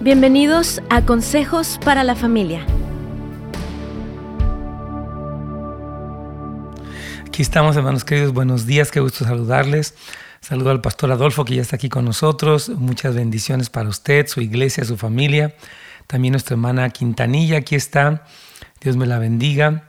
Bienvenidos a Consejos para la Familia. Aquí estamos, hermanos queridos. Buenos días, qué gusto saludarles. Saludo al pastor Adolfo, que ya está aquí con nosotros. Muchas bendiciones para usted, su iglesia, su familia. También nuestra hermana Quintanilla, aquí está. Dios me la bendiga.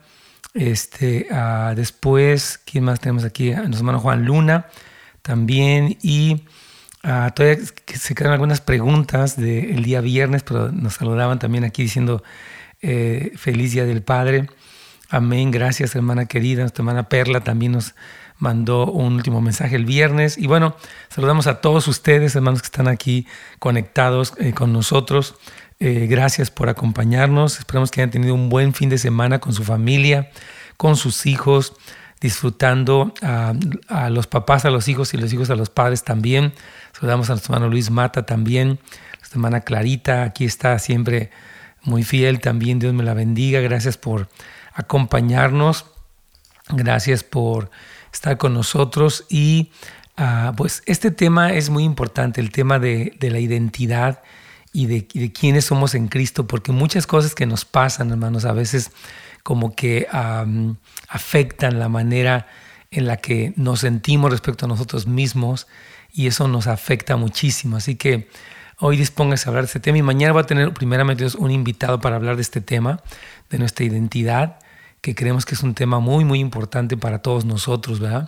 Después, ¿quién más tenemos aquí? Nuestro hermano Juan Luna también. Y todavía se quedan algunas preguntas del día viernes, pero nos saludaban también aquí diciendo feliz Día del Padre. Amén, gracias hermana querida. Nuestra hermana Perla también nos mandó un último mensaje el viernes. Y bueno, saludamos a todos ustedes, hermanos que están aquí conectados con nosotros. Gracias por acompañarnos. Esperamos que hayan tenido un buen fin de semana con su familia, con sus hijos, disfrutando a los papás, a los hijos y los hijos a los padres también. Saludamos a nuestro hermano Luis Mata también, nuestra hermana Clarita, aquí está siempre muy fiel también. Dios me la bendiga. Gracias por acompañarnos. Gracias por estar con nosotros. Y pues este tema es muy importante, el tema de la identidad y de quiénes somos en Cristo, porque muchas cosas que nos pasan, hermanos, a veces como que afectan la manera en la que nos sentimos respecto a nosotros mismos, y eso nos afecta muchísimo. Así que hoy dispóngase a hablar de este tema, y mañana va a tener primeramente un invitado para hablar de este tema, de nuestra identidad, que creemos que es un tema muy, muy importante para todos nosotros, ¿verdad?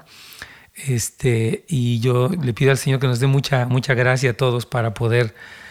Y yo le pido al Señor que nos dé mucha, mucha gracia a todos para poder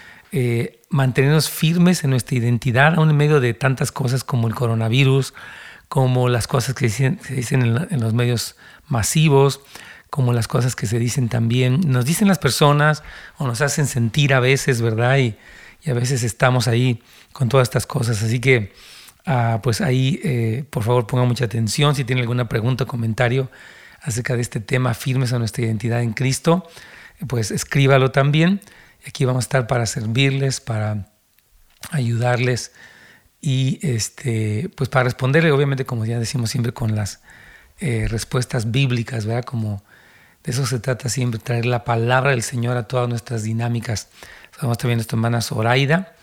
mantenernos firmes en nuestra identidad, aún en medio de tantas cosas como el coronavirus, como las cosas que se dicen en los medios masivos, como las cosas que se dicen también, nos dicen las personas o nos hacen sentir a veces, ¿verdad? Y a veces estamos ahí con todas estas cosas. Así que, pues ahí, por favor, pongan mucha atención. Si tienen alguna pregunta o comentario acerca de este tema, firmes a nuestra identidad en Cristo, pues escríbalo también. Aquí vamos a estar para servirles, para ayudarles y pues para responderle, obviamente, como ya decimos siempre, con las respuestas bíblicas, ¿verdad? Como de eso se trata siempre, traer la palabra del Señor a todas nuestras dinámicas. Estamos también nuestra hermana Zoraida,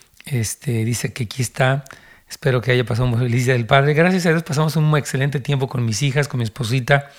dice que aquí está. Espero que haya pasado un feliz Día del Padre. Gracias a Dios pasamos un excelente tiempo con mis hijas, con mi esposita,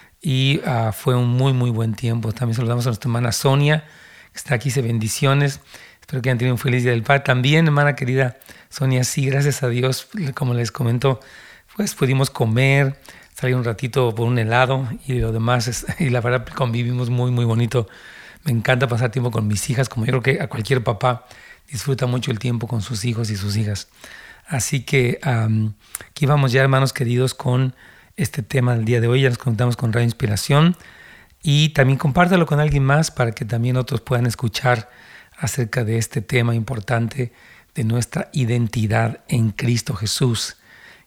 y fue un muy, muy buen tiempo. También saludamos a nuestra hermana Sonia, que está aquí, dice bendiciones. Espero que hayan tenido un feliz Día del Padre. También, hermana querida Sonia, sí, gracias a Dios, como les comento, pues pudimos comer, salir un ratito por un helado y lo demás, y la verdad convivimos muy, muy bonito. Me encanta pasar tiempo con mis hijas, como yo creo que a cualquier papá disfruta mucho el tiempo con sus hijos y sus hijas. Así que aquí vamos ya, hermanos queridos, con este tema del día de hoy. Ya nos conectamos con Radio Inspiración, y también compártalo con alguien más para que también otros puedan escuchar acerca de este tema importante de nuestra identidad en Cristo Jesús.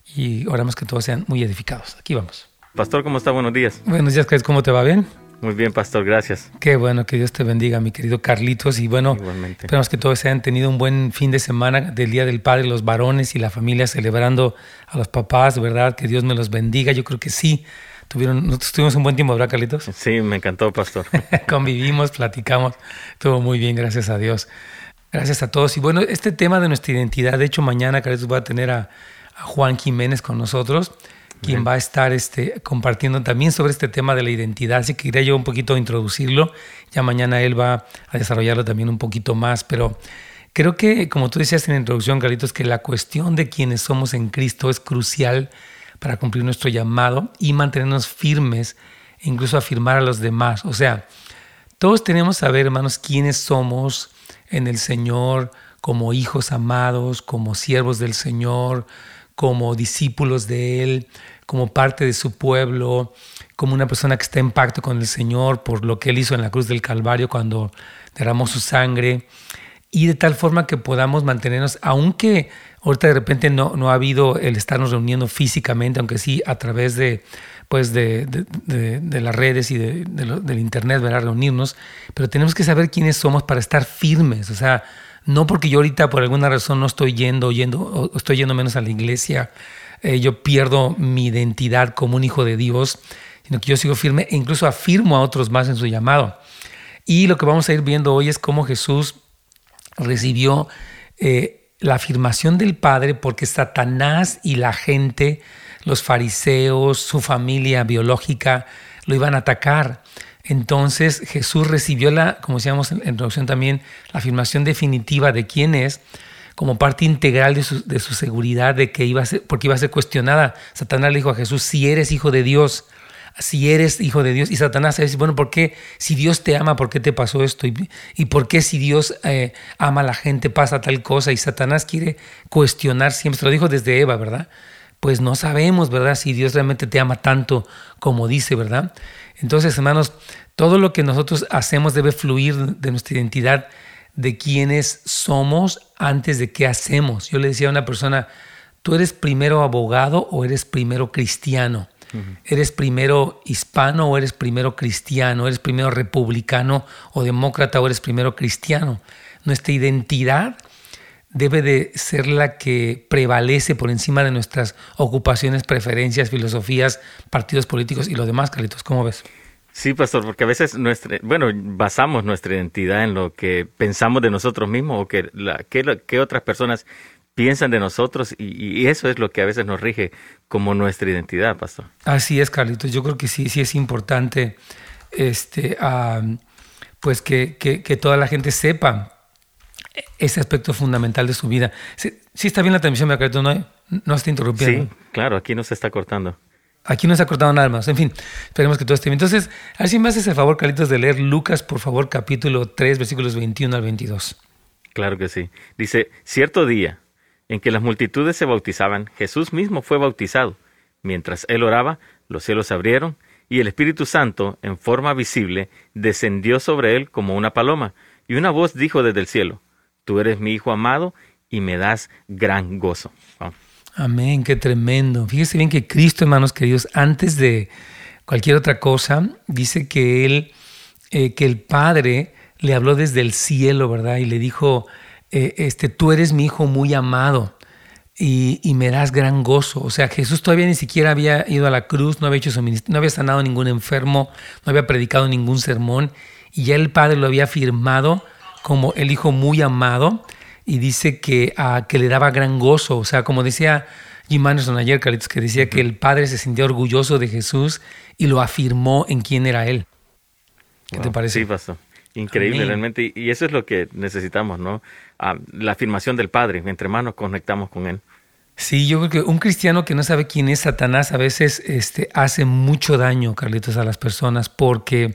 Y oramos que todos sean muy edificados. Aquí vamos. Pastor, ¿cómo está? Buenos días. Buenos días, ¿cómo te va? ¿Bien? Muy bien, pastor, gracias. Qué bueno, que Dios te bendiga, mi querido Carlitos. Y bueno, igualmente. Esperamos que todos hayan tenido un buen fin de semana del Día del Padre, los varones y la familia celebrando a los papás, ¿verdad? Que Dios me los bendiga. Yo creo que sí. Nosotros tuvimos un buen tiempo, ¿verdad, Carlitos? Sí, me encantó, pastor. Convivimos, platicamos, estuvo muy bien, gracias a Dios. Gracias a todos. Y bueno, este tema de nuestra identidad, de hecho mañana, Carlitos, voy a tener a Juan Jiménez con nosotros, quien va a estar compartiendo también sobre este tema de la identidad. Así que quería yo un poquito introducirlo. Ya mañana él va a desarrollarlo también un poquito más. Pero creo que, como tú decías en la introducción, Carlitos, que la cuestión de quiénes somos en Cristo es crucial para cumplir nuestro llamado y mantenernos firmes e incluso afirmar a los demás. O sea, todos tenemos que saber, hermanos, quiénes somos en el Señor, como hijos amados, como siervos del Señor, como discípulos de Él, como parte de su pueblo, como una persona que está en pacto con el Señor por lo que Él hizo en la cruz del Calvario cuando derramó su sangre, y de tal forma que podamos mantenernos, aunque ahorita de repente no ha habido el estarnos reuniendo físicamente, aunque sí a través de las redes y del internet, ¿verdad? Reunirnos, pero tenemos que saber quiénes somos para estar firmes. O sea, no porque yo ahorita por alguna razón no estoy yendo o estoy yendo menos a la iglesia, yo pierdo mi identidad como un hijo de Dios, sino que yo sigo firme e incluso afirmo a otros más en su llamado. Y lo que vamos a ir viendo hoy es cómo Jesús recibió la afirmación del Padre porque Satanás y la gente, los fariseos, su familia biológica, lo iban a atacar. Entonces Jesús recibió como decíamos en la introducción también, la afirmación definitiva de quién es, como parte integral de su seguridad, de que porque iba a ser cuestionada. Satanás le dijo a Jesús: si eres hijo de Dios, si eres hijo de Dios. Y Satanás dice: bueno, ¿por qué? Si Dios te ama, ¿por qué te pasó esto? ¿Y por qué si Dios ama a la gente pasa tal cosa? Y Satanás quiere cuestionar siempre. Se lo dijo desde Eva, ¿verdad? Pues no sabemos, ¿verdad? Si Dios realmente te ama tanto como dice, ¿verdad? Entonces, hermanos, todo lo que nosotros hacemos debe fluir de nuestra identidad, de quiénes somos antes de qué hacemos. Yo le decía a una persona: ¿tú eres primero abogado o eres primero cristiano? ¿Eres primero hispano o eres primero cristiano? ¿Eres primero republicano o demócrata o eres primero cristiano? Nuestra identidad debe de ser la que prevalece por encima de nuestras ocupaciones, preferencias, filosofías, partidos políticos y lo demás, Carlitos. ¿Cómo ves? Sí, pastor, porque a veces basamos nuestra identidad en lo que pensamos de nosotros mismos o que otras personas piensan de nosotros, y eso es lo que a veces nos rige como nuestra identidad, pastor. Así es, Carlitos. Yo creo que sí es importante pues que toda la gente sepa ese aspecto fundamental de su vida. Sí está bien la transmisión, Carlitos, no está interrumpiendo. Sí, claro, aquí no se está cortando. Aquí no se ha cortado nada más. En fin, esperemos que todo esté bien. Entonces, a ver si me haces el favor, Carlitos, de leer Lucas, por favor, capítulo 3, versículos 21 al 22. Claro que sí. Dice: cierto día en que las multitudes se bautizaban, Jesús mismo fue bautizado. Mientras él oraba, los cielos se abrieron y el Espíritu Santo, en forma visible, descendió sobre él como una paloma. Y una voz dijo desde el cielo: tú eres mi Hijo amado y me das gran gozo. Wow. Amén, qué tremendo. Fíjese bien que Cristo, hermanos queridos, antes de cualquier otra cosa, dice que el Padre le habló desde el cielo, ¿verdad? Y le dijo: tú eres mi Hijo muy amado y me das gran gozo. O sea, Jesús todavía ni siquiera había ido a la cruz, no había hecho su ministerio, no había sanado a ningún enfermo, no había predicado ningún sermón, y ya el Padre lo había afirmado como el Hijo muy amado, y dice que le daba gran gozo. O sea, como decía Jim Anderson ayer, Carlitos, que decía que el Padre se sentía orgulloso de Jesús y lo afirmó en quién era Él. ¿Qué te parece? Sí, pastor. Increíble. Amén. Realmente, y eso es lo que necesitamos, ¿no? La afirmación del Padre, entre más nos conectamos con Él. Sí, yo creo que un cristiano que no sabe quién es Satanás a veces hace mucho daño, Carlitos, a las personas, porque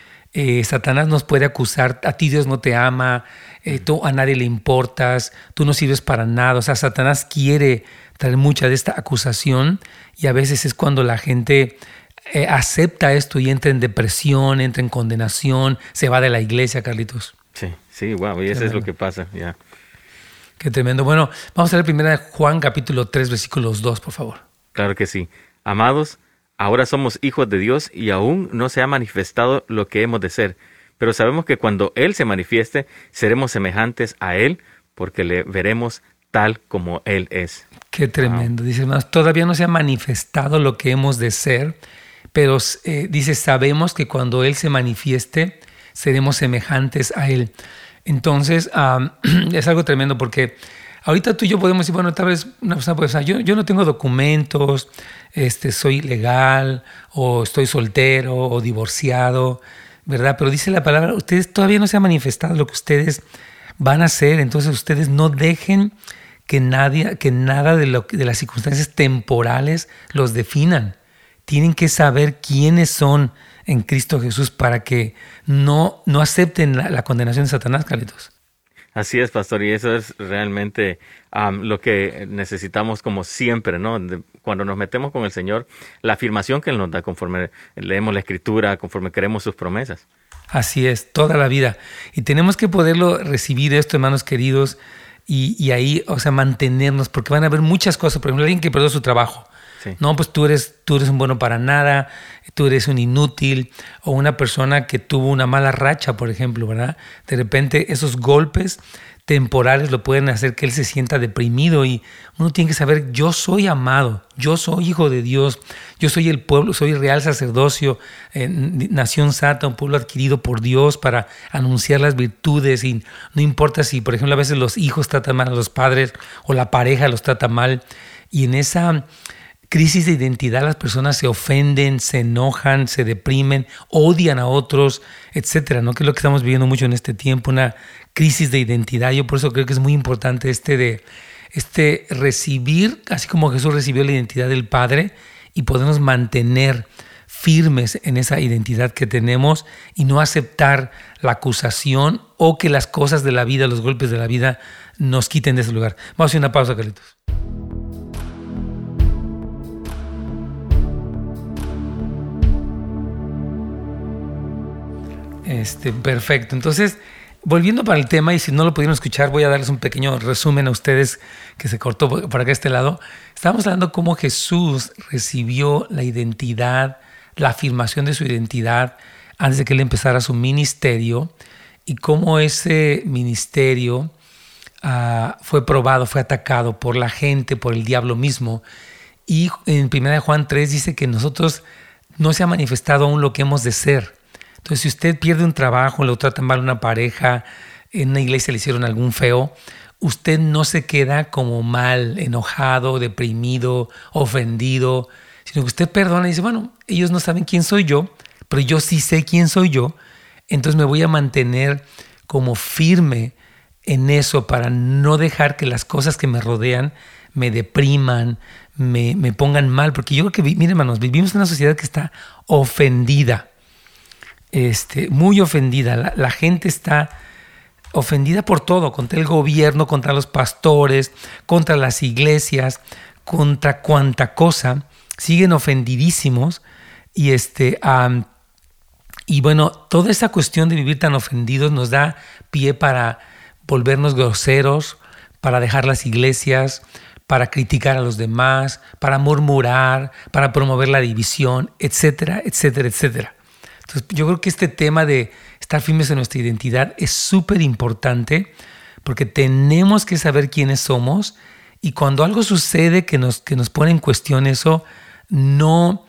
Satanás nos puede acusar: a ti Dios no te ama, tú a nadie le importas, tú no sirves para nada. O sea, Satanás quiere traer mucha de esta acusación, y a veces es cuando la gente acepta esto y entra en depresión, entra en condenación, se va de la iglesia, Carlitos. Sí, wow, y eso es lo que pasa, ya. Yeah. Qué tremendo. Bueno, vamos a leer primero Juan capítulo 3, versículos 2, por favor. Claro que sí. Amados, ahora somos hijos de Dios y aún no se ha manifestado lo que hemos de ser, pero sabemos que cuando Él se manifieste, seremos semejantes a Él, porque le veremos tal como Él es. Qué tremendo. Wow. Dice, hermanos, todavía no se ha manifestado lo que hemos de ser, pero dice, sabemos que cuando Él se manifieste, seremos semejantes a Él. Entonces, es algo tremendo, porque ahorita tú y yo podemos decir, bueno, tal vez una persona puede decir: yo no tengo documentos, soy legal, o estoy soltero, o divorciado, ¿verdad? Pero dice la palabra, ustedes todavía no se ha manifestado lo que ustedes van a hacer. Entonces ustedes no dejen que nada de las circunstancias temporales los definan. Tienen que saber quiénes son en Cristo Jesús para que no acepten la condenación de Satanás, Carlitos. Así es, pastor, y eso es realmente lo que necesitamos como siempre, ¿no? Cuando nos metemos con el Señor, la afirmación que Él nos da conforme leemos la Escritura, conforme creemos sus promesas. Así es, toda la vida. Y tenemos que poderlo recibir esto, hermanos queridos, y ahí, o sea, mantenernos, porque van a haber muchas cosas. Por ejemplo, alguien que perdió su trabajo. Sí. No, pues tú eres un bueno para nada, tú eres un inútil, o una persona que tuvo una mala racha, por ejemplo, ¿verdad? De repente esos golpes temporales lo pueden hacer que él se sienta deprimido, y uno tiene que saber: yo soy amado, yo soy hijo de Dios, yo soy el pueblo, soy real sacerdocio, nación santa, un pueblo adquirido por Dios para anunciar las virtudes, y no importa si, por ejemplo, a veces los hijos tratan mal a los padres o la pareja los trata mal, y en esa crisis de identidad las personas se ofenden, se enojan, se deprimen, odian a otros, etcétera, ¿no? Que es lo que estamos viviendo mucho en este tiempo, una crisis de identidad. Yo por eso creo que es muy importante recibir, así como Jesús recibió la identidad del Padre, y podernos mantener firmes en esa identidad que tenemos y no aceptar la acusación o que las cosas de la vida, los golpes de la vida nos quiten de ese lugar. Vamos a hacer una pausa, Carlitos. Perfecto. Entonces, volviendo para el tema, y si no lo pudieron escuchar, voy a darles un pequeño resumen a ustedes que se cortó para acá este lado. Estábamos hablando cómo Jesús recibió la identidad, la afirmación de su identidad antes de que él empezara su ministerio, y cómo ese ministerio fue probado, fue atacado por la gente, por el diablo mismo. Y en 1 Juan 3 dice que nosotros no se ha manifestado aún lo que hemos de ser. Entonces, si usted pierde un trabajo, lo tratan mal una pareja, en una iglesia le hicieron algún feo, usted no se queda como mal, enojado, deprimido, ofendido, sino que usted perdona y dice: bueno, ellos no saben quién soy yo, pero yo sí sé quién soy yo, entonces me voy a mantener como firme en eso para no dejar que las cosas que me rodean me depriman, me pongan mal, porque yo creo que, miren, hermanos, vivimos en una sociedad que está ofendida. Muy ofendida. La gente está ofendida por todo, contra el gobierno, contra los pastores, contra las iglesias, contra cuanta cosa. Siguen ofendidísimos, y bueno, toda esa cuestión de vivir tan ofendidos nos da pie para volvernos groseros, para dejar las iglesias, para criticar a los demás, para murmurar, para promover la división, etcétera, etcétera, etcétera. Entonces, yo creo que este tema de estar firmes en nuestra identidad es súper importante, porque tenemos que saber quiénes somos, y cuando algo sucede que nos pone en cuestión eso, no,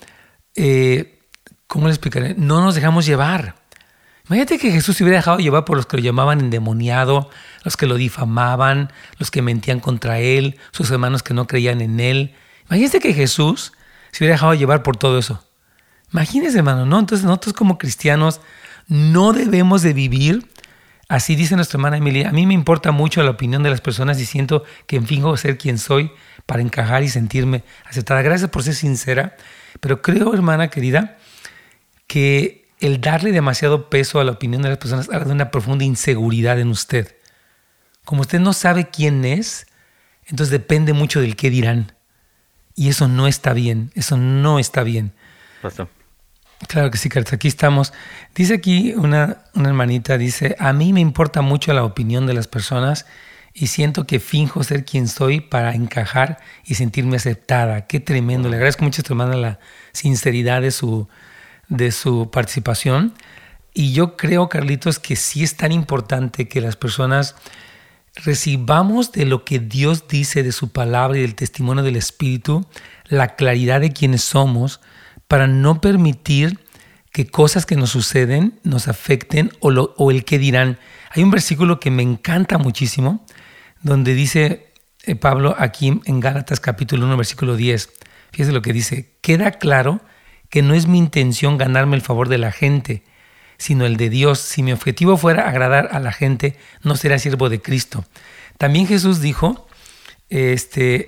¿cómo le explicaré? No nos dejamos llevar. Imagínate que Jesús se hubiera dejado llevar por los que lo llamaban endemoniado, los que lo difamaban, los que mentían contra él, sus hermanos que no creían en él. Imagínate que Jesús se hubiera dejado llevar por todo eso. Imagínense, hermano, ¿no? Entonces nosotros como cristianos no debemos de vivir así. Dice nuestra hermana Emilia: a mí me importa mucho la opinión de las personas y siento que finjo ser quien soy para encajar y sentirme aceptada. Gracias por ser sincera, pero creo, hermana querida, que el darle demasiado peso a la opinión de las personas habla de una profunda inseguridad en usted. Como usted no sabe quién es, entonces depende mucho del qué dirán. Y eso no está bien, eso no está bien. Pastor. Claro que sí, Carlos, aquí estamos. Dice aquí una hermanita, dice: a mí me importa mucho la opinión de las personas y siento que finjo ser quien soy para encajar y sentirme aceptada. Qué tremendo. Le agradezco mucho a tu hermana la sinceridad de su participación. Y yo creo, Carlitos, que sí es tan importante que las personas recibamos de lo que Dios dice, de su palabra y del testimonio del Espíritu, la claridad de quiénes somos, para no permitir que cosas que nos suceden nos afecten o el qué dirán. Hay un versículo que me encanta muchísimo, donde dice Pablo aquí en Gálatas capítulo 1, versículo 10. Fíjese lo que dice: queda claro que no es mi intención ganarme el favor de la gente, sino el de Dios. Si mi objetivo fuera agradar a la gente, no sería siervo de Cristo. También Jesús dijo, se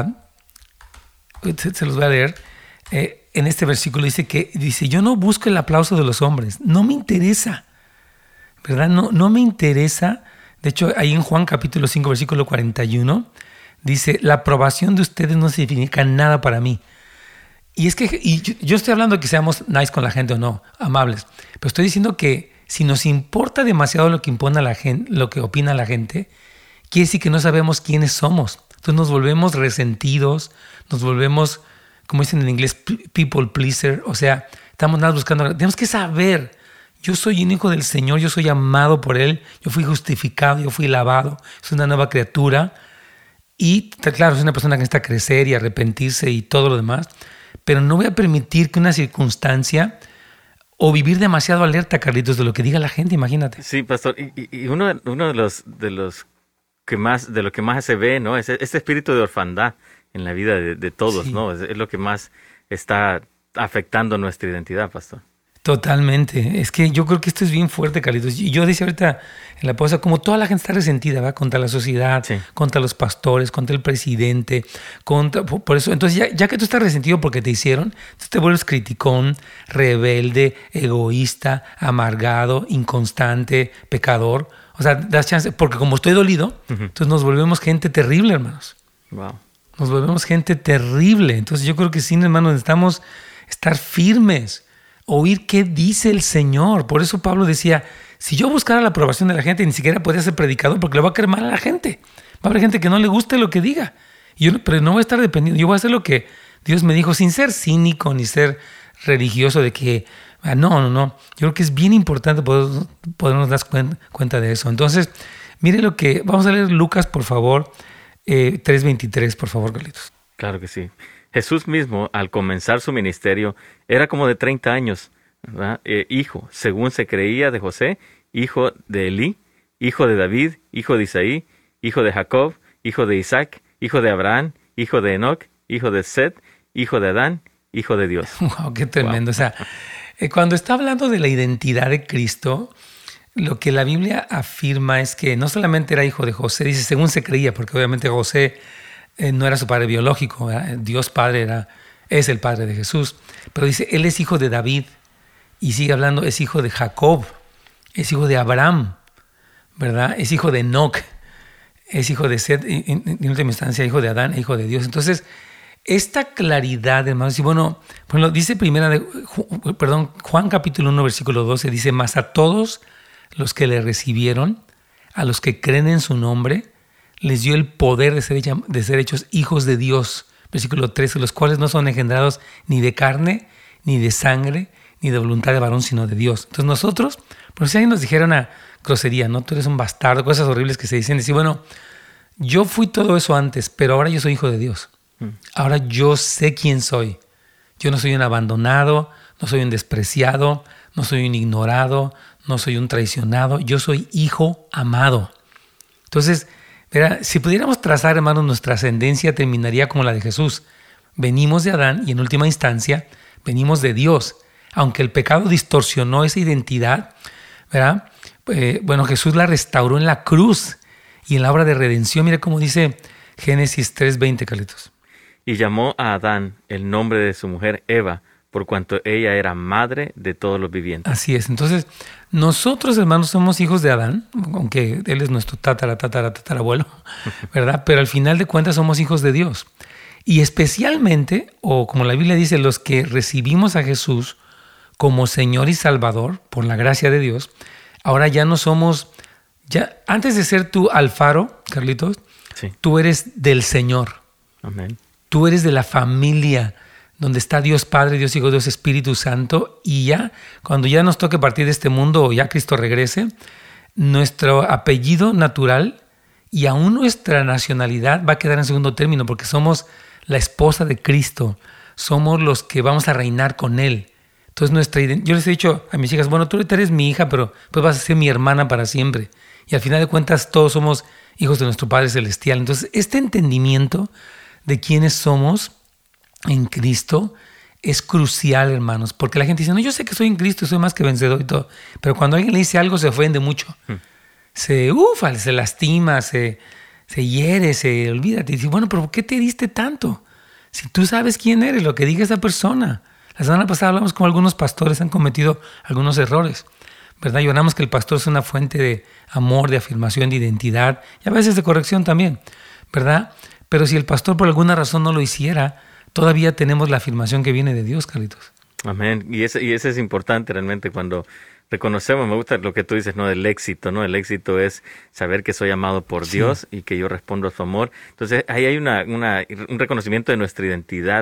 los voy a leer, en este versículo dice: yo no busco el aplauso de los hombres, no me interesa, ¿verdad? No me interesa. De hecho, ahí en Juan capítulo 5, versículo 41, dice: la aprobación de ustedes no significa nada para mí. Y es que yo estoy hablando de que seamos nice con la gente o no, amables, pero estoy diciendo que si nos importa demasiado lo que impone la gente, lo que opina la gente, quiere decir que no sabemos quiénes somos. Entonces nos volvemos resentidos, nos volvemos como dicen en inglés, people pleaser. O sea, estamos nada buscando. Tenemos que saber, yo soy un hijo del Señor, yo soy amado por Él, yo fui justificado, yo fui lavado, soy una nueva criatura. Y claro, soy una persona que necesita crecer y arrepentirse y todo lo demás, pero no voy a permitir que una circunstancia o vivir demasiado alerta, Carlitos, de lo que diga la gente, imagínate. Sí, pastor, y uno de los que más, de lo que más se ve, ¿no? Es este espíritu de orfandad en la vida de todos, sí, ¿no? Es lo que más está afectando nuestra identidad, pastor. Totalmente. Es que yo creo que esto es bien fuerte, Carlitos. Y yo decía ahorita en la pausa, como toda la gente está resentida, ¿verdad? Contra la sociedad, sí, contra los pastores, contra el presidente, por eso. Entonces, ya que tú estás resentido porque te hicieron, tú te vuelves criticón, rebelde, egoísta, amargado, inconstante, pecador. O sea, das chance, porque como estoy dolido, entonces nos volvemos gente terrible, hermanos. Wow. Nos volvemos gente terrible. Entonces yo creo que sí, hermanos, necesitamos estar firmes, oír qué dice el Señor. Por eso Pablo decía, si yo buscara la aprobación de la gente, ni siquiera podría ser predicador porque le va a caer mal a la gente. Va a haber gente que no le guste lo que diga. Pero no voy a estar dependiendo. Yo voy a hacer lo que Dios me dijo, sin ser cínico ni ser religioso de que, no. Yo creo que es bien importante podernos dar cuenta de eso. Entonces, mire lo que, vamos a leer Lucas, por favor, 3:23, por favor, Carlitos. Claro que sí. Jesús mismo, al comenzar su ministerio, era como de 30 años, ¿verdad? Hijo, según se creía, de José, hijo de Elí, hijo de David, hijo de Isaí, hijo de Jacob, hijo de Isaac, hijo de Abraham, hijo de Enoc, hijo de Set, hijo de Adán, hijo de Dios. ¡Wow! ¡Qué tremendo! Wow. O sea, cuando está hablando de la identidad de Cristo, lo que la Biblia afirma es que no solamente era hijo de José, dice según se creía, porque obviamente José no era su padre biológico, ¿verdad? Dios Padre es el Padre de Jesús, pero dice, él es hijo de David, y sigue hablando, es hijo de Jacob, es hijo de Abraham, ¿verdad? Es hijo de Enoc, es hijo de Set, en última instancia, hijo de Adán, hijo de Dios. Entonces, esta claridad, hermanos, y bueno, dice Juan capítulo 1, versículo 12, dice, mas a todos los que le recibieron, a los que creen en su nombre, les dio el poder de ser hechos hijos de Dios. Versículo 13, los cuales no son engendrados ni de carne, ni de sangre, ni de voluntad de varón, sino de Dios. Entonces nosotros, por si alguien nos dijera una grosería, ¿no? Tú eres un bastardo, cosas horribles que se dicen. Decir, bueno, yo fui todo eso antes, pero ahora yo soy hijo de Dios. Ahora yo sé quién soy. Yo no soy un abandonado, no soy un despreciado, no soy un ignorado, no soy un traicionado. Yo soy hijo amado. Entonces, si pudiéramos trazar, hermanos, nuestra ascendencia terminaría como la de Jesús. Venimos de Adán y en última instancia venimos de Dios. Aunque el pecado distorsionó esa identidad, ¿verdad? Jesús la restauró en la cruz y en la obra de redención. Mira cómo dice Génesis 3:20, Carlitos. Y llamó a Adán el nombre de su mujer Eva, por cuanto ella era madre de todos los vivientes. Así es. Entonces, nosotros, hermanos, somos hijos de Adán, aunque él es nuestro tatarabuelo, ¿verdad? Pero al final de cuentas somos hijos de Dios. Y especialmente, o como la Biblia dice, los que recibimos a Jesús como Señor y Salvador, por la gracia de Dios, ahora ya no somos, antes de ser tú Alfaro, Carlitos, sí, tú eres del Señor. Amén. Tú eres de la familia donde está Dios Padre, Dios Hijo, Dios Espíritu Santo, y cuando ya nos toque partir de este mundo o ya Cristo regrese, nuestro apellido natural y aún nuestra nacionalidad va a quedar en segundo término porque somos la esposa de Cristo, somos los que vamos a reinar con Él. Entonces yo les he dicho a mis hijas, bueno, tú eres mi hija, pero pues vas a ser mi hermana para siempre. Y al final de cuentas todos somos hijos de nuestro Padre Celestial. Entonces este entendimiento de quiénes somos en Cristo es crucial, hermanos, porque la gente dice, no, yo sé que soy en Cristo y soy más que vencedor y todo, pero cuando alguien le dice algo se ofende mucho, se lastima, se hiere, se olvida, te dice, bueno, pero ¿por qué te diste tanto? Si tú sabes quién eres, lo que diga esa persona. La semana pasada hablamos con algunos pastores han cometido algunos errores, ¿verdad? Y oramos que el pastor es una fuente de amor, de afirmación, de identidad y a veces de corrección también, ¿verdad? Pero si el pastor por alguna razón no lo hiciera, todavía tenemos la afirmación que viene de Dios, Carlitos. Amén. Y ese es importante realmente cuando reconocemos, me gusta lo que tú dices, ¿no? Del éxito, ¿no? El éxito es saber que soy amado por Dios y que yo respondo a su amor. Entonces, ahí hay un reconocimiento de nuestra identidad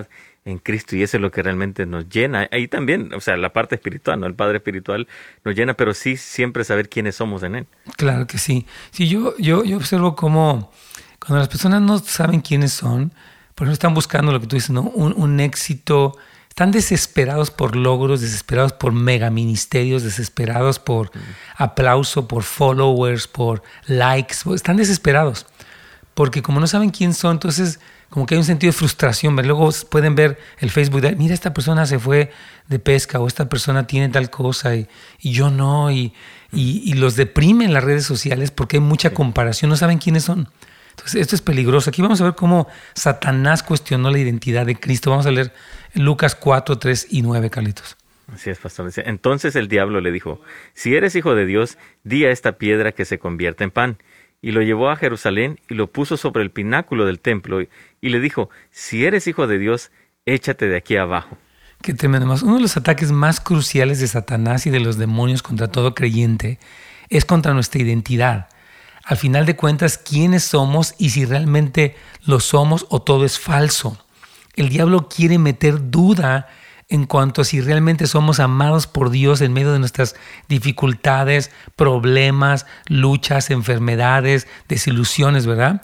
en Cristo, y eso es lo que realmente nos llena. Ahí también, o sea, la parte espiritual, ¿no? El Padre espiritual nos llena, pero sí siempre saber quiénes somos en Él. Claro que sí. Sí, yo observo cómo cuando las personas no saben quiénes son, por ejemplo, están buscando lo que tú dices, ¿no? Un éxito, están desesperados por logros, desesperados por megaministerios, desesperados por aplauso, por followers, por likes, están desesperados. Porque como no saben quién son, entonces como que hay un sentido de frustración. Luego pueden ver el Facebook de, mira, esta persona se fue de pesca o esta persona tiene tal cosa y yo no. Y los deprimen las redes sociales porque hay mucha comparación, no saben quiénes son. Entonces esto es peligroso. Aquí vamos a ver cómo Satanás cuestionó la identidad de Cristo. Vamos a leer Lucas 4, 3 y 9, Carlitos. Así es, pastor. Entonces el diablo le dijo, si eres hijo de Dios, di a esta piedra que se convierta en pan. Y lo llevó a Jerusalén y lo puso sobre el pináculo del templo y le dijo, si eres hijo de Dios, échate de aquí abajo. Qué tremendo. Uno de los ataques más cruciales de Satanás y de los demonios contra todo creyente es contra nuestra identidad. Al final de cuentas, quiénes somos y si realmente lo somos o todo es falso. El diablo quiere meter duda en cuanto a si realmente somos amados por Dios en medio de nuestras dificultades, problemas, luchas, enfermedades, desilusiones, ¿verdad?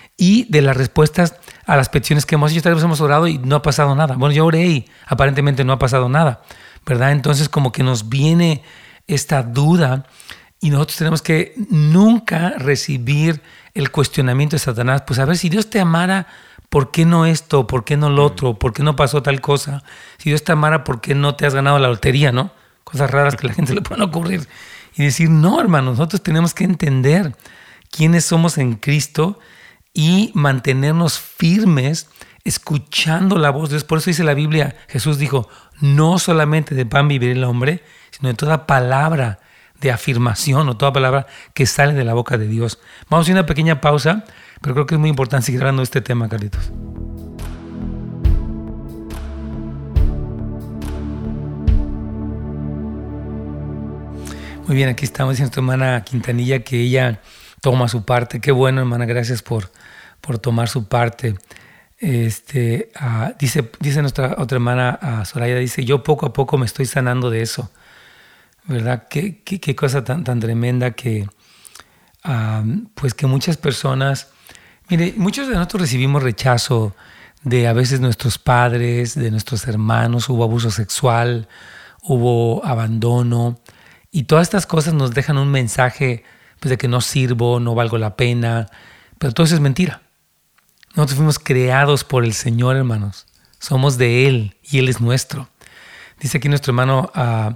Y de las respuestas a las peticiones que hemos hecho. Tal vez hemos orado y no ha pasado nada. Bueno, yo oré y aparentemente no ha pasado nada, ¿verdad? Entonces como que nos viene esta duda y nosotros tenemos que nunca recibir el cuestionamiento de Satanás. Pues a ver, si Dios te amara, ¿por qué no esto? ¿Por qué no lo otro? ¿Por qué no pasó tal cosa? Si Dios te amara, ¿por qué no te has ganado la lotería, no? Cosas raras que a la gente le pueden ocurrir. Y decir, no, hermano, nosotros tenemos que entender quiénes somos en Cristo y mantenernos firmes escuchando la voz de Dios. Por eso dice la Biblia, Jesús dijo, no solamente de pan vivirá el hombre, sino de toda palabra de afirmación o toda palabra que sale de la boca de Dios. Vamos a hacer una pequeña pausa, pero creo que es muy importante seguir hablando de este tema, Carlitos. Muy bien, aquí estamos diciendo nuestra hermana Quintanilla que ella toma su parte. Qué bueno, hermana, gracias por tomar su parte. Dice nuestra otra hermana Soraya, dice, yo poco a poco me estoy sanando de eso. ¿Verdad? Qué cosa tan tremenda que, pues que muchas personas, mire, muchos de nosotros recibimos rechazo de a veces nuestros padres, de nuestros hermanos, hubo abuso sexual, hubo abandono y todas estas cosas nos dejan un mensaje pues, de que no sirvo, no valgo la pena, pero todo eso es mentira. Nosotros fuimos creados por el Señor, hermanos, somos de Él y Él es nuestro. Dice aquí nuestro hermano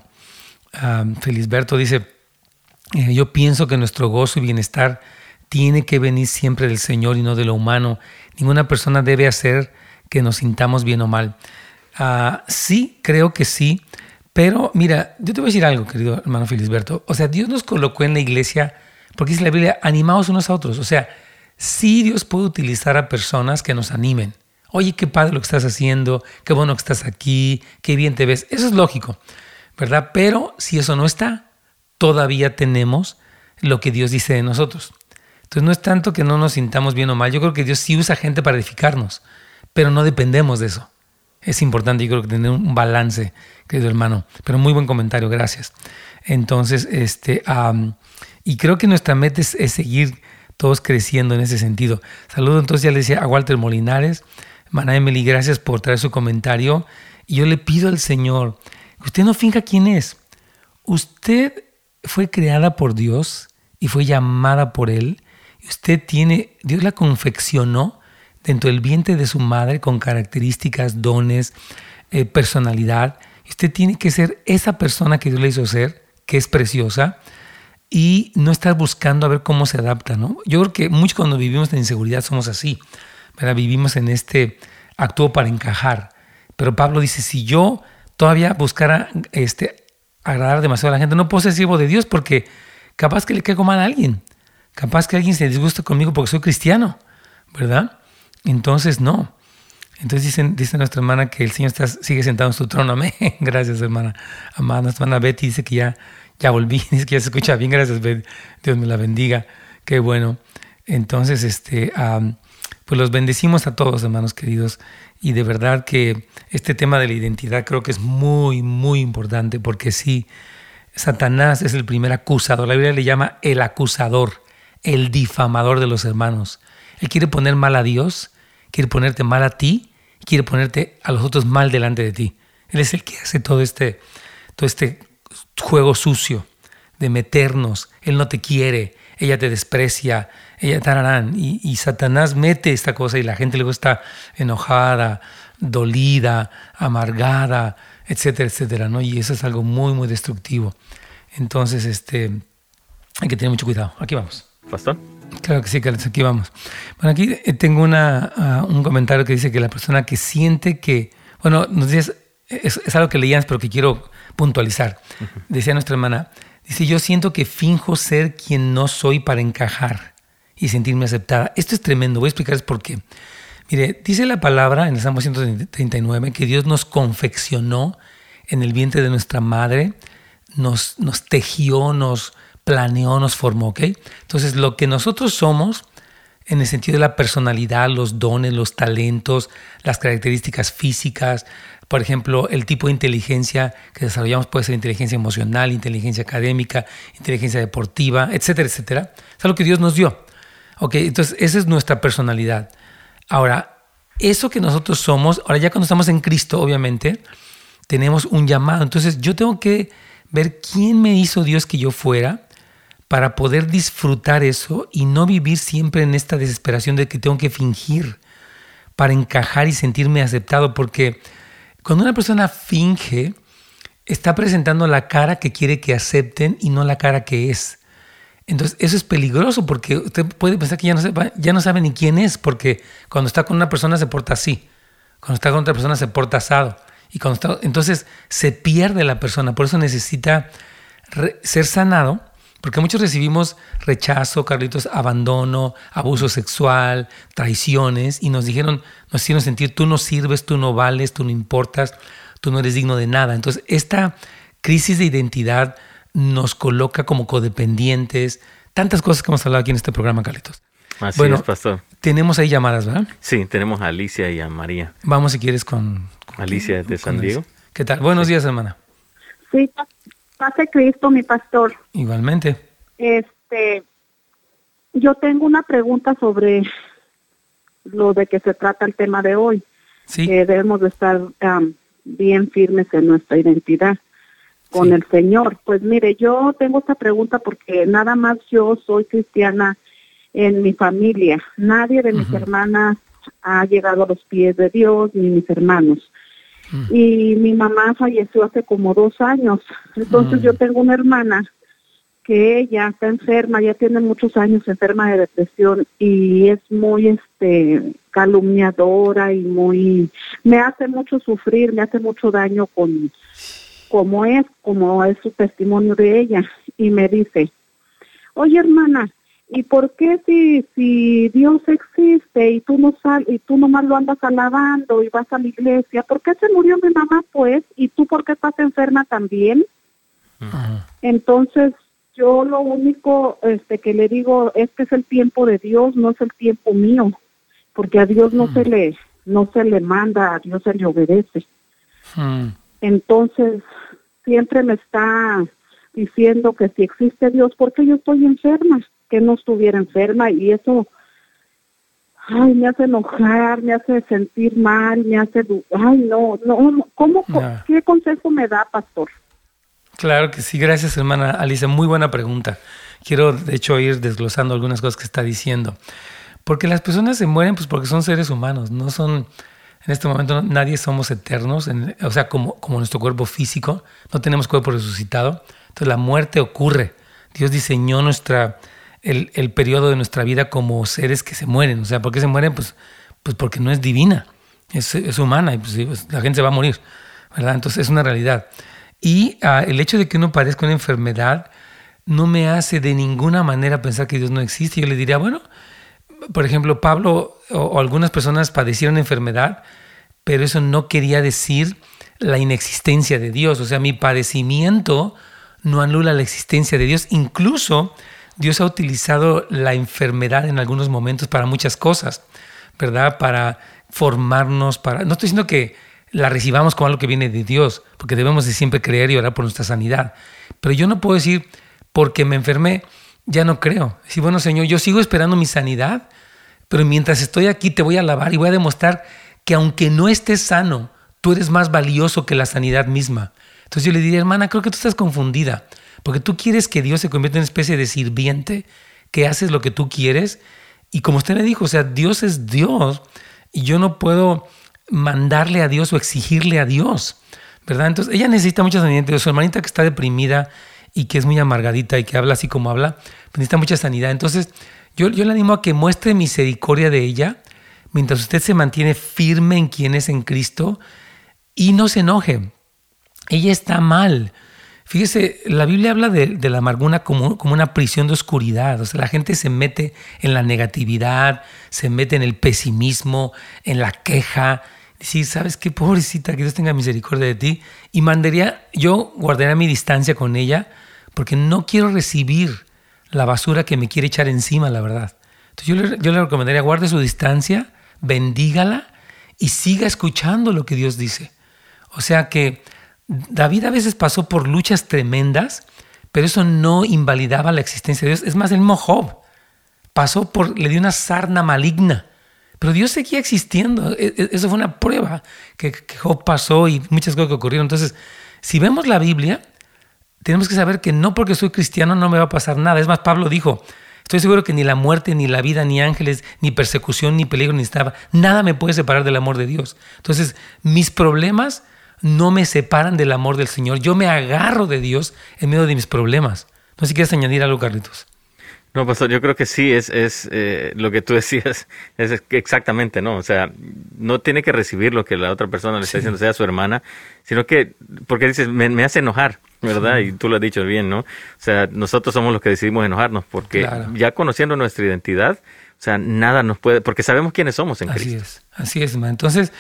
Felisberto, dice, yo pienso que nuestro gozo y bienestar tiene que venir siempre del Señor y no de lo humano. Ninguna persona debe hacer que nos sintamos bien o mal. Sí, creo que sí, pero mira, yo te voy a decir algo, querido hermano Felisberto. O sea, Dios nos colocó en la iglesia porque dice la Biblia, animaos unos a otros. O sea, sí Dios puede utilizar a personas que nos animen. Oye, qué padre lo que estás haciendo, qué bueno que estás aquí, qué bien te ves. Eso es lógico, ¿verdad? Pero si eso no está, todavía tenemos lo que Dios dice de nosotros. Entonces no es tanto que no nos sintamos bien o mal. Yo creo que Dios sí usa gente para edificarnos, pero no dependemos de eso. Es importante, yo creo que tener un balance, querido hermano. Pero muy buen comentario, gracias. Entonces, y creo que nuestra meta es seguir todos creciendo en ese sentido. Saludo entonces, ya le decía a Walter Molinares. Hermana Emily, gracias por traer su comentario. Y yo le pido al Señor que usted no finja quién es. Usted fue creada por Dios y fue llamada por Él. Y Dios la confeccionó dentro del vientre de su madre con características, dones, personalidad. Y usted tiene que ser esa persona que Dios le hizo ser, que es preciosa, y no estar buscando a ver cómo se adapta, ¿no? Yo creo que muchos cuando vivimos en inseguridad somos así, ¿verdad? Vivimos en actúo para encajar. Pero Pablo dice, si yo todavía buscara agradar demasiado a la gente, no puedo ser siervo de Dios porque capaz que le caigo mal a alguien. Capaz que alguien se disguste conmigo porque soy cristiano, ¿verdad? Entonces, no. Entonces dice nuestra hermana que el Señor sigue sentado en su trono. Amén. Gracias, hermana. Amada, nuestra hermana Betty dice que ya volví, dice que ya se escucha bien. Gracias, Betty. Dios me la bendiga. Qué bueno. Entonces, pues los bendecimos a todos, hermanos queridos. Y de verdad que este tema de la identidad creo que es muy, muy importante, porque sí, Satanás es el primer acusador. La Biblia le llama el acusador, el difamador de los hermanos. Él quiere poner mal a Dios, quiere ponerte mal a ti, quiere ponerte a los otros mal delante de ti. Él es el que hace todo este juego sucio de meternos. Él no te quiere, ella te desprecia, ella tararán. Y Satanás mete esta cosa y la gente luego está enojada, dolida, amargada, etcétera, etcétera, ¿no? Y eso es algo muy, muy destructivo. Entonces, hay que tener mucho cuidado. Aquí vamos. ¿Pastor? Claro que sí, Carlos, aquí vamos. Bueno, aquí tengo un comentario que dice que la persona que siente que... Bueno, nos dices, es algo que leías, pero que quiero puntualizar. Decía nuestra hermana, dice, yo siento que finjo ser quien no soy para encajar y sentirme aceptada. Esto es tremendo, voy a explicarles por qué. Mire, dice la palabra en el Salmo 139 que Dios nos confeccionó en el vientre de nuestra madre, nos tejió, nos planeó, nos formó, ¿ok? Entonces, lo que nosotros somos, en el sentido de la personalidad, los dones, los talentos, las características físicas, por ejemplo, el tipo de inteligencia que desarrollamos puede ser inteligencia emocional, inteligencia académica, inteligencia deportiva, etcétera, etcétera. Es algo que Dios nos dio, ¿ok? Entonces, esa es nuestra personalidad. Ahora, eso que nosotros somos, ahora ya cuando estamos en Cristo, obviamente, tenemos un llamado. Entonces, yo tengo que ver quién me hizo Dios que yo fuera, para poder disfrutar eso y no vivir siempre en esta desesperación de que tengo que fingir para encajar y sentirme aceptado, porque cuando una persona finge, está presentando la cara que quiere que acepten y no la cara que es. Entonces eso es peligroso, porque usted puede pensar que ya no sabe ni quién es, porque cuando está con una persona se porta así, cuando está con otra persona se porta asado, y entonces se pierde la persona. Por eso necesita ser sanado. Porque muchos recibimos rechazo, Carlitos, abandono, abuso sexual, traiciones, y nos hicieron sentir, tú no sirves, tú no vales, tú no importas, tú no eres digno de nada. Entonces, esta crisis de identidad nos coloca como codependientes, tantas cosas que hemos hablado aquí en este programa, Carlitos. Así es, pastor. Tenemos ahí llamadas, ¿verdad? Sí, tenemos a Alicia y a María. Vamos, si quieres, con Alicia de San Diego. ¿Qué tal? Buenos días, hermana. Sí, pase Cristo, mi pastor. Igualmente. Yo tengo una pregunta sobre lo de que se trata el tema de hoy. Sí. Que debemos de estar bien firmes en nuestra identidad con el Señor. Pues mire, yo tengo esta pregunta porque nada más yo soy cristiana en mi familia. Nadie de mis hermanas ha llegado a los pies de Dios, ni mis hermanos. Y mi mamá falleció hace como 2 años. Entonces yo tengo una hermana que ella está enferma, ya tiene muchos años enferma de depresión y es muy calumniadora y me hace mucho sufrir, me hace mucho daño como es su testimonio de ella. Y me dice, oye hermana, ¿y por qué si Dios existe y tú nomás lo andas alabando y vas a la iglesia? ¿Por qué se murió mi mamá, pues? ¿Y tú por qué estás enferma también? Entonces, yo lo único que le digo es que es el tiempo de Dios, no es el tiempo mío, porque a Dios no se le manda, a Dios se le obedece. Entonces, siempre me está diciendo que si existe Dios, ¿por qué yo estoy enferma? Que no estuviera enferma, y eso me hace enojar, me hace sentir mal, ¿qué consejo me da, pastor? Claro que sí, gracias hermana Alicia, muy buena pregunta. Quiero de hecho ir desglosando algunas cosas que está diciendo, porque las personas se mueren pues porque son seres humanos, no son, en este momento nadie somos eternos, o sea, como nuestro cuerpo físico, no tenemos cuerpo resucitado, entonces la muerte ocurre. Dios diseñó el periodo de nuestra vida como seres que se mueren. O sea, ¿por qué se mueren? Pues porque no es divina, es humana y pues la gente se va a morir, ¿verdad? Entonces es una realidad. Y el hecho de que uno padezca una enfermedad no me hace de ninguna manera pensar que Dios no existe. Yo le diría, bueno, por ejemplo, Pablo o algunas personas padecieron enfermedad, pero eso no quería decir la inexistencia de Dios. O sea, mi padecimiento no anula la existencia de Dios. Incluso Dios ha utilizado la enfermedad en algunos momentos para muchas cosas, ¿verdad? Para formarnos, no estoy diciendo que la recibamos como algo que viene de Dios, porque debemos de siempre creer y orar por nuestra sanidad. Pero yo no puedo decir, porque me enfermé, ya no creo. Decir, bueno, Señor, yo sigo esperando mi sanidad, pero mientras estoy aquí te voy a alabar y voy a demostrar que aunque no estés sano, tú eres más valioso que la sanidad misma. Entonces yo le diría, hermana, creo que tú estás confundida, porque tú quieres que Dios se convierta en una especie de sirviente, que haces lo que tú quieres, y como usted le dijo, o sea, Dios es Dios, y yo no puedo mandarle a Dios o exigirle a Dios, ¿verdad? Entonces ella necesita mucha sanidad. Entonces, su hermanita que está deprimida y que es muy amargadita y que habla así como habla, pues necesita mucha sanidad. Entonces yo le animo a que muestre misericordia de ella mientras usted se mantiene firme en quien es en Cristo y no se enoje. Ella está mal. Fíjese, la Biblia habla de la amargura como una prisión de oscuridad. O sea, la gente se mete en la negatividad, se mete en el pesimismo, en la queja. Decir, ¿sabes qué? Pobrecita, que Dios tenga misericordia de ti. Y yo guardaría mi distancia con ella porque no quiero recibir la basura que me quiere echar encima, la verdad. Entonces yo le recomendaría, guarde su distancia, bendígala y siga escuchando lo que Dios dice. O sea que David a veces pasó por luchas tremendas, pero eso no invalidaba la existencia de Dios. Es más, el mismo Job le dio una sarna maligna, pero Dios seguía existiendo. Eso fue una prueba que Job pasó y muchas cosas que ocurrieron. Entonces, si vemos la Biblia, tenemos que saber que no porque soy cristiano no me va a pasar nada. Es más, Pablo dijo, estoy seguro que ni la muerte, ni la vida, ni ángeles, ni persecución, ni peligro, ni nada me puede separar del amor de Dios. Entonces, mis problemas no me separan del amor del Señor. Yo me agarro de Dios en medio de mis problemas. No sé si quieres añadir algo, Carlitos. No, pastor, yo creo que sí, es lo que tú decías, es exactamente, ¿no? O sea, no tiene que recibir lo que la otra persona le está diciendo, sea su hermana, sino que, porque dices, me hace enojar, ¿verdad? Sí. Y tú lo has dicho bien, ¿no? O sea, nosotros somos los que decidimos enojarnos, porque ya conociendo nuestra identidad, o sea, nada nos puede, porque sabemos quiénes somos en Cristo. Así es, hermano. Entonces,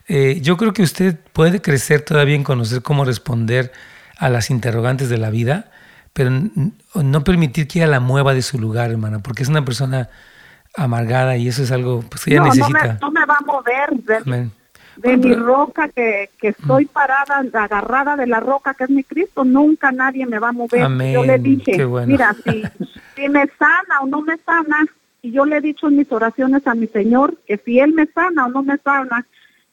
yo creo que usted puede crecer todavía en conocer cómo responder a las interrogantes de la vida, pero no permitir que ella la mueva de su lugar, hermana, porque es una persona amargada y eso es algo pues, que ella necesita. No me va a mover de mi roca, que estoy parada, agarrada de la roca que es mi Cristo. Nunca nadie me va a mover. Amén. Yo le dije, bueno. Mira, si me sana o no me sana, y yo le he dicho en mis oraciones a mi Señor que si Él me sana o no me sana,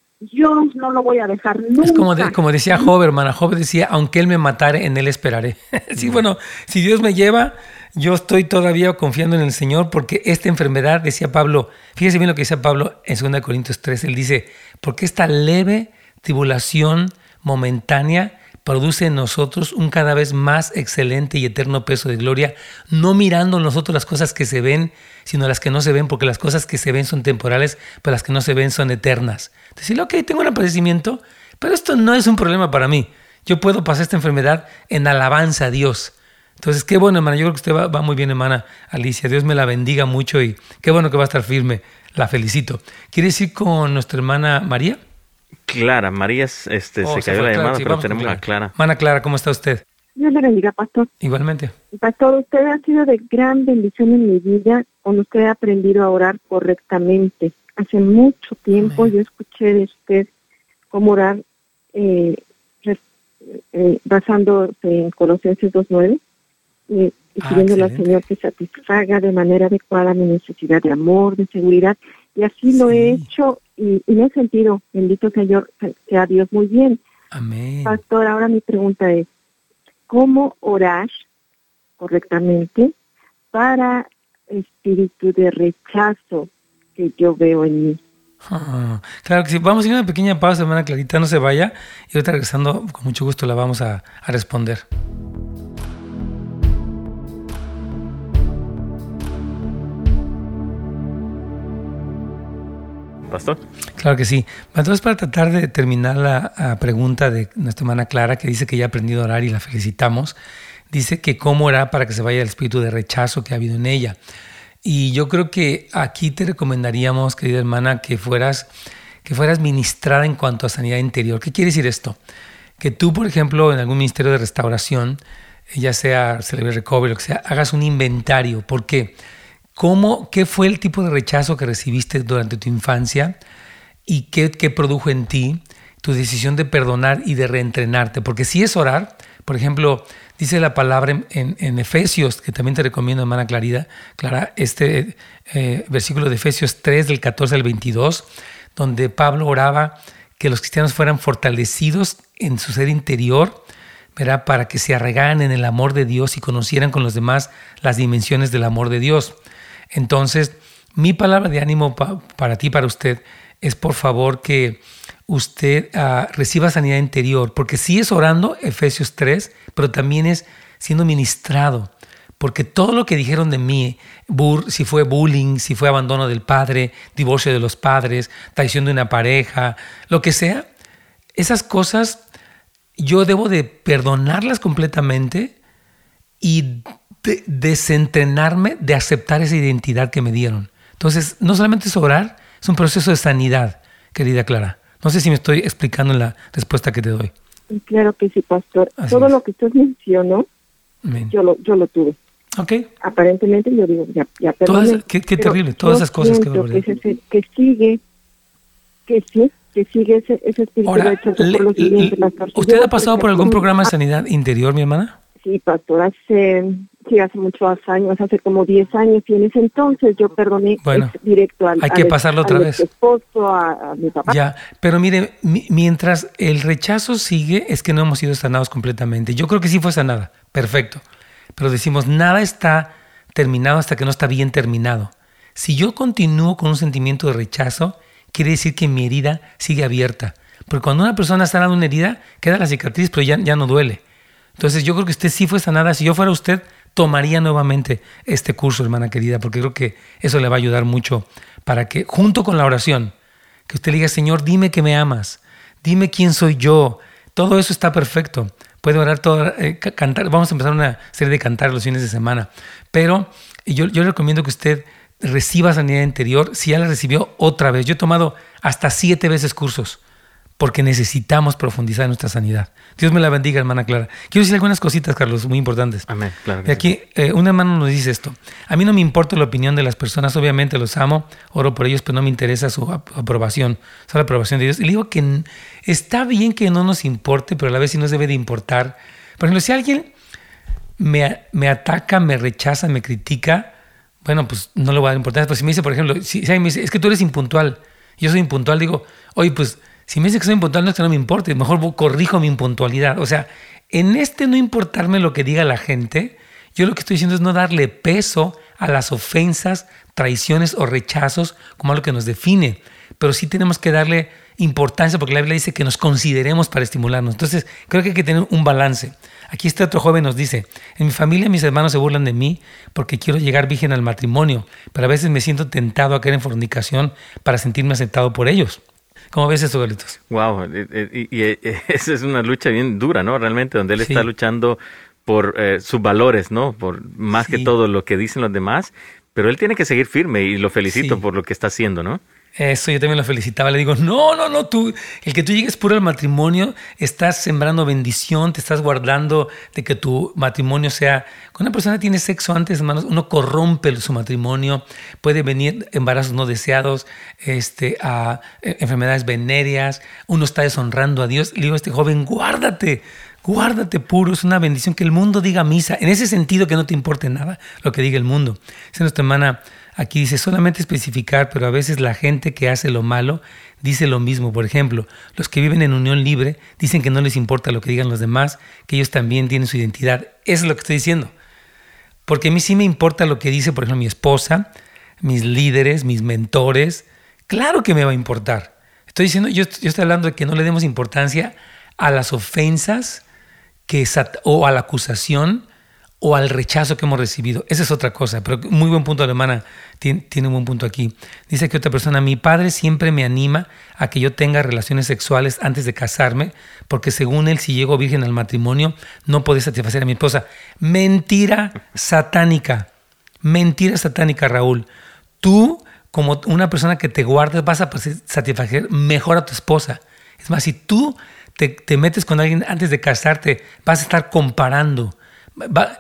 yo no lo voy a dejar nunca. Es como decía Job, hermana. Job decía, aunque Él me matare, en Él esperaré. Sí, bueno, si Dios me lleva, yo estoy todavía confiando en el Señor porque esta enfermedad, decía Pablo, fíjese bien lo que decía Pablo en 2 Corintios 3, él dice, porque esta leve tribulación momentánea produce en nosotros un cada vez más excelente y eterno peso de gloria, no mirando nosotros las cosas que se ven, sino las que no se ven, porque las cosas que se ven son temporales, pero las que no se ven son eternas. Decirle, ok, tengo un padecimiento, pero esto no es un problema para mí. Yo puedo pasar esta enfermedad en alabanza a Dios. Entonces, qué bueno, hermana. Yo creo que usted va muy bien, hermana Alicia. Dios me la bendiga mucho y qué bueno que va a estar firme. La felicito. ¿Quieres ir con nuestra hermana María? Clara, María se cayó la llamada, sí, pero tenemos a Clara. Hermana Clara, ¿cómo está usted? Dios le bendiga, pastor. Igualmente. Pastor, usted ha sido de gran bendición en mi vida, con usted he aprendido a orar correctamente. Hace mucho tiempo yo escuché de usted cómo orar basándose en Colosenses 2:9 y pidiéndole al Señor que satisfaga de manera adecuada mi necesidad de amor, de seguridad, y así lo he hecho y me he sentido, bendito Señor, sea Dios, muy bien. Amén. Pastor, ahora mi pregunta es, ¿cómo orar correctamente para espíritu de rechazo que yo veo en mí? Claro que sí. Vamos a ir a una pequeña pausa, hermana Clarita, no se vaya. Y ahorita regresando, con mucho gusto la vamos a responder. ¿Pastor? Claro que sí. Entonces, para tratar de terminar la pregunta de nuestra hermana Clara, que dice que ya ha aprendido a orar y la felicitamos, dice que cómo orar para que se vaya el espíritu de rechazo que ha habido en ella. Y yo creo que aquí te recomendaríamos, querida hermana, que fueras ministrada en cuanto a sanidad interior. ¿Qué quiere decir esto? Que tú, por ejemplo, en algún ministerio de restauración, ya sea Celebrate Recovery, lo que sea, hagas un inventario. ¿Por qué? ¿Qué fue el tipo de rechazo que recibiste durante tu infancia y qué produjo en ti tu decisión de perdonar y de reentrenarte? Porque si es orar, por ejemplo, dice la palabra en Efesios, que también te recomiendo, hermana Clara, versículo de Efesios 3, del 14 al 22, donde Pablo oraba que los cristianos fueran fortalecidos en su ser interior, ¿verdad? Para que se arraigaran en el amor de Dios y conocieran con los demás las dimensiones del amor de Dios. Entonces, mi palabra de ánimo para ti, para usted, es por favor que usted reciba sanidad interior, porque sí es orando, Efesios 3, pero también es siendo ministrado, porque todo lo que dijeron de mí, si fue bullying, si fue abandono del padre, divorcio de los padres, traición de una pareja, lo que sea, esas cosas yo debo de perdonarlas completamente y desentrenarme de aceptar esa identidad que me dieron. Entonces, no solamente es orar, es un proceso de sanidad, querida Clara. No sé si me estoy explicando en la respuesta que te doy. Claro que sí, pastor. Así Todo es. lo que usted mencionó, yo lo tuve. Ok. Aparentemente yo digo, ya perdoné. Qué terrible, todas esas cosas que sigue ese espíritu Ahora, de rechazo por los siguientes, pastor. Si ¿usted yo, ha pasado por algún programa de sanidad interior, mi hermana? Sí, pastor, hace muchos años, hace como 10 años, y en ese entonces yo perdoné directo hay que pasarlo otra vez. Esposo, a mi papá. Ya, pero mire, mientras el rechazo sigue, es que no hemos sido sanados completamente. Yo creo que sí fue sanada, perfecto. Pero decimos, nada está terminado hasta que no está bien terminado. Si yo continúo con un sentimiento de rechazo, quiere decir que mi herida sigue abierta. Porque cuando una persona sana de una herida, queda la cicatriz, pero ya no duele. Entonces yo creo que usted sí fue sanada. Si yo fuera usted, tomaría nuevamente este curso, hermana querida, porque creo que eso le va a ayudar mucho para que, junto con la oración, que usted le diga, Señor, dime que me amas, dime quién soy yo. Todo eso está perfecto. Puede orar, cantar. Vamos a empezar una serie de cantar los fines de semana. Pero yo le recomiendo que usted reciba sanidad interior. Si ya la recibió, otra vez. Yo he tomado hasta 7 veces cursos, porque necesitamos profundizar en nuestra sanidad. Dios me la bendiga, hermana Clara. Quiero decir algunas cositas, Carlos, muy importantes. Amén, claro. Y aquí un hermano nos dice esto. A mí no me importa la opinión de las personas, obviamente los amo, oro por ellos, pero no me interesa su aprobación, solo la aprobación de Dios. Y le digo que está bien que no nos importe, pero a la vez sí nos debe de importar. Por ejemplo, si alguien me ataca, me rechaza, me critica, bueno, pues no le voy a dar importancia. Pero si me dice, por ejemplo, si alguien me dice, es que tú eres impuntual, yo soy impuntual, digo, oye, pues si me dice que soy impuntual, no es que no me importe, mejor corrijo mi impuntualidad. O sea, en no importarme lo que diga la gente, yo lo que estoy diciendo es no darle peso a las ofensas, traiciones o rechazos como algo que nos define. Pero sí tenemos que darle importancia, porque la Biblia dice que nos consideremos para estimularnos. Entonces, creo que hay que tener un balance. Aquí este otro joven nos dice, en mi familia mis hermanos se burlan de mí porque quiero llegar virgen al matrimonio, pero a veces me siento tentado a caer en fornicación para sentirme aceptado por ellos. ¿Cómo ves esto, Carlitos? Wow, esa es una lucha bien dura, ¿no? Realmente, donde él está luchando por sus valores, ¿no? Por más que todo lo que dicen los demás, pero él tiene que seguir firme y lo felicito por lo que está haciendo, ¿no? Eso, yo también lo felicitaba. Le digo, no, el que tú llegues puro al matrimonio, estás sembrando bendición, te estás guardando de que tu matrimonio sea... Cuando una persona tiene sexo antes, hermanos, uno corrompe su matrimonio, puede venir embarazos no deseados, a enfermedades venéreas, uno está deshonrando a Dios. Le digo a este joven, guárdate puro, es una bendición que el mundo diga misa, en ese sentido que no te importe nada lo que diga el mundo. Dice nuestra hermana, aquí dice, solamente especificar, pero a veces la gente que hace lo malo dice lo mismo. Por ejemplo, los que viven en unión libre dicen que no les importa lo que digan los demás, que ellos también tienen su identidad. Eso es lo que estoy diciendo. Porque a mí sí me importa lo que dice, por ejemplo, mi esposa, mis líderes, mis mentores. Claro que me va a importar. Estoy diciendo, yo estoy hablando de que no le demos importancia a las ofensas o a la acusación o al rechazo que hemos recibido. Esa es otra cosa, pero muy buen punto, la hermana tiene un buen punto aquí. Dice que otra persona, mi padre siempre me anima a que yo tenga relaciones sexuales antes de casarme, porque según él, si llego virgen al matrimonio, no puedo satisfacer a mi esposa. Mentira satánica, Raúl. Tú, como una persona que te guardas, vas a satisfacer mejor a tu esposa. Es más, si tú te metes con alguien antes de casarte, vas a estar comparando.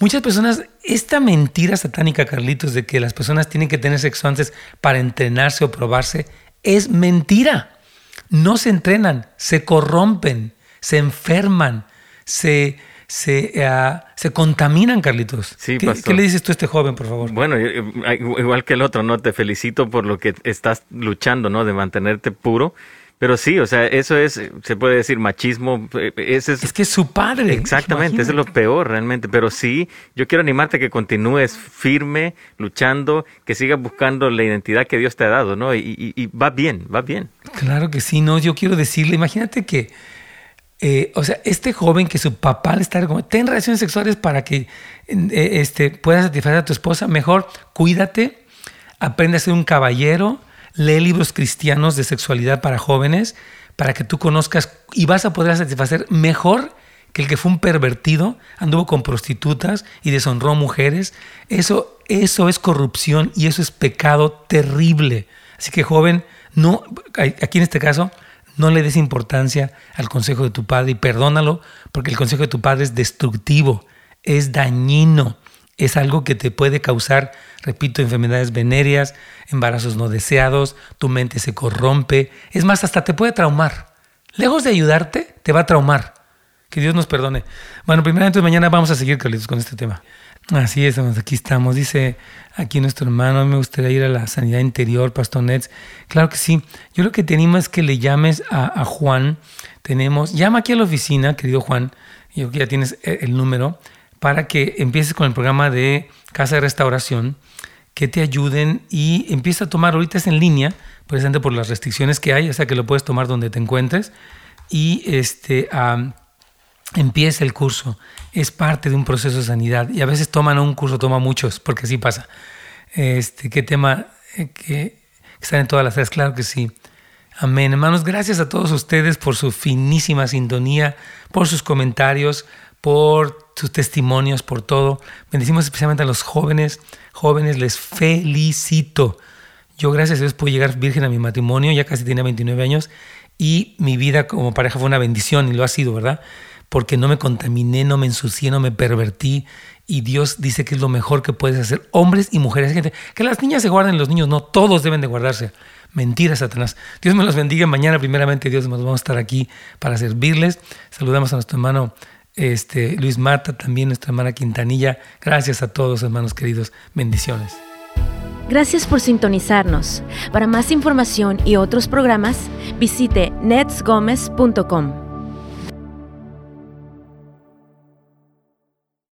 Muchas personas, esta mentira satánica, Carlitos, de que las personas tienen que tener sexo antes para entrenarse o probarse, es mentira. No se entrenan, se corrompen, se enferman, se contaminan, Carlitos. Sí, ¿Qué le dices tú a este joven, por favor? Bueno, igual que el otro, ¿no? Te felicito por lo que estás luchando, ¿no? De mantenerte puro. Pero sí, o sea, eso es, se puede decir machismo. Es que es su padre. Exactamente, eso es lo peor realmente. Pero sí, yo quiero animarte a que continúes firme, luchando, que sigas buscando la identidad que Dios te ha dado, ¿no? Y va bien, va bien. Claro que sí, no, yo quiero decirle, imagínate que, este joven que su papá le está recomendando, ten relaciones sexuales para que puedas satisfacer a tu esposa, mejor cuídate, aprende a ser un caballero, lee libros cristianos de sexualidad para jóvenes, para que tú conozcas y vas a poder satisfacer mejor que el que fue un pervertido, anduvo con prostitutas y deshonró a mujeres. Eso es corrupción y eso es pecado terrible. Así que, joven, no, aquí en este caso, no le des importancia al consejo de tu padre y perdónalo, porque el consejo de tu padre es destructivo, es dañino, es algo que te puede causar, repito, enfermedades venéreas, embarazos no deseados, tu mente se corrompe, es más, hasta te puede traumar. Lejos de ayudarte, te va a traumar. Que Dios nos perdone. Bueno, primeramente mañana vamos a seguir, Carlitos, con este tema. Así es, aquí estamos. Dice aquí nuestro hermano, a mí me gustaría ir a la sanidad interior, Pastor Nets. Claro que sí. Yo lo que te animo es que le llames a Juan. Llama aquí a la oficina, querido Juan. Yo creo que ya tienes el número, para que empieces con el programa de Casa de Restauración, que te ayuden y empieza a tomar, ahorita es en línea, precisamente por las restricciones que hay, o sea que lo puedes tomar donde te encuentres, y empieza el curso. Es parte de un proceso de sanidad, y a veces toman un curso, toma muchos, porque así pasa. ¿Qué tema que están en todas las áreas? Claro que sí. Amén. Hermanos, gracias a todos ustedes por su finísima sintonía, por sus comentarios, por sus testimonios, por todo. Bendecimos especialmente a los jóvenes. Jóvenes, les felicito. Yo, gracias a Dios, pude llegar virgen a mi matrimonio. Ya casi tenía 29 años. Y mi vida como pareja fue una bendición, y lo ha sido, ¿verdad? Porque no me contaminé, no me ensucié, no me pervertí. Y Dios dice que es lo mejor que puedes hacer. Hombres y mujeres. Gente, que las niñas se guarden, los niños no. Todos deben de guardarse. Mentira, Satanás. Dios me los bendiga. Mañana, primeramente, Dios, nos vamos a estar aquí para servirles. Saludamos a nuestro hermano Luis Mata, también nuestra hermana Quintanilla. Gracias a todos, hermanos queridos. Bendiciones. Gracias por sintonizarnos. Para más información y otros programas, visite netsgomez.com.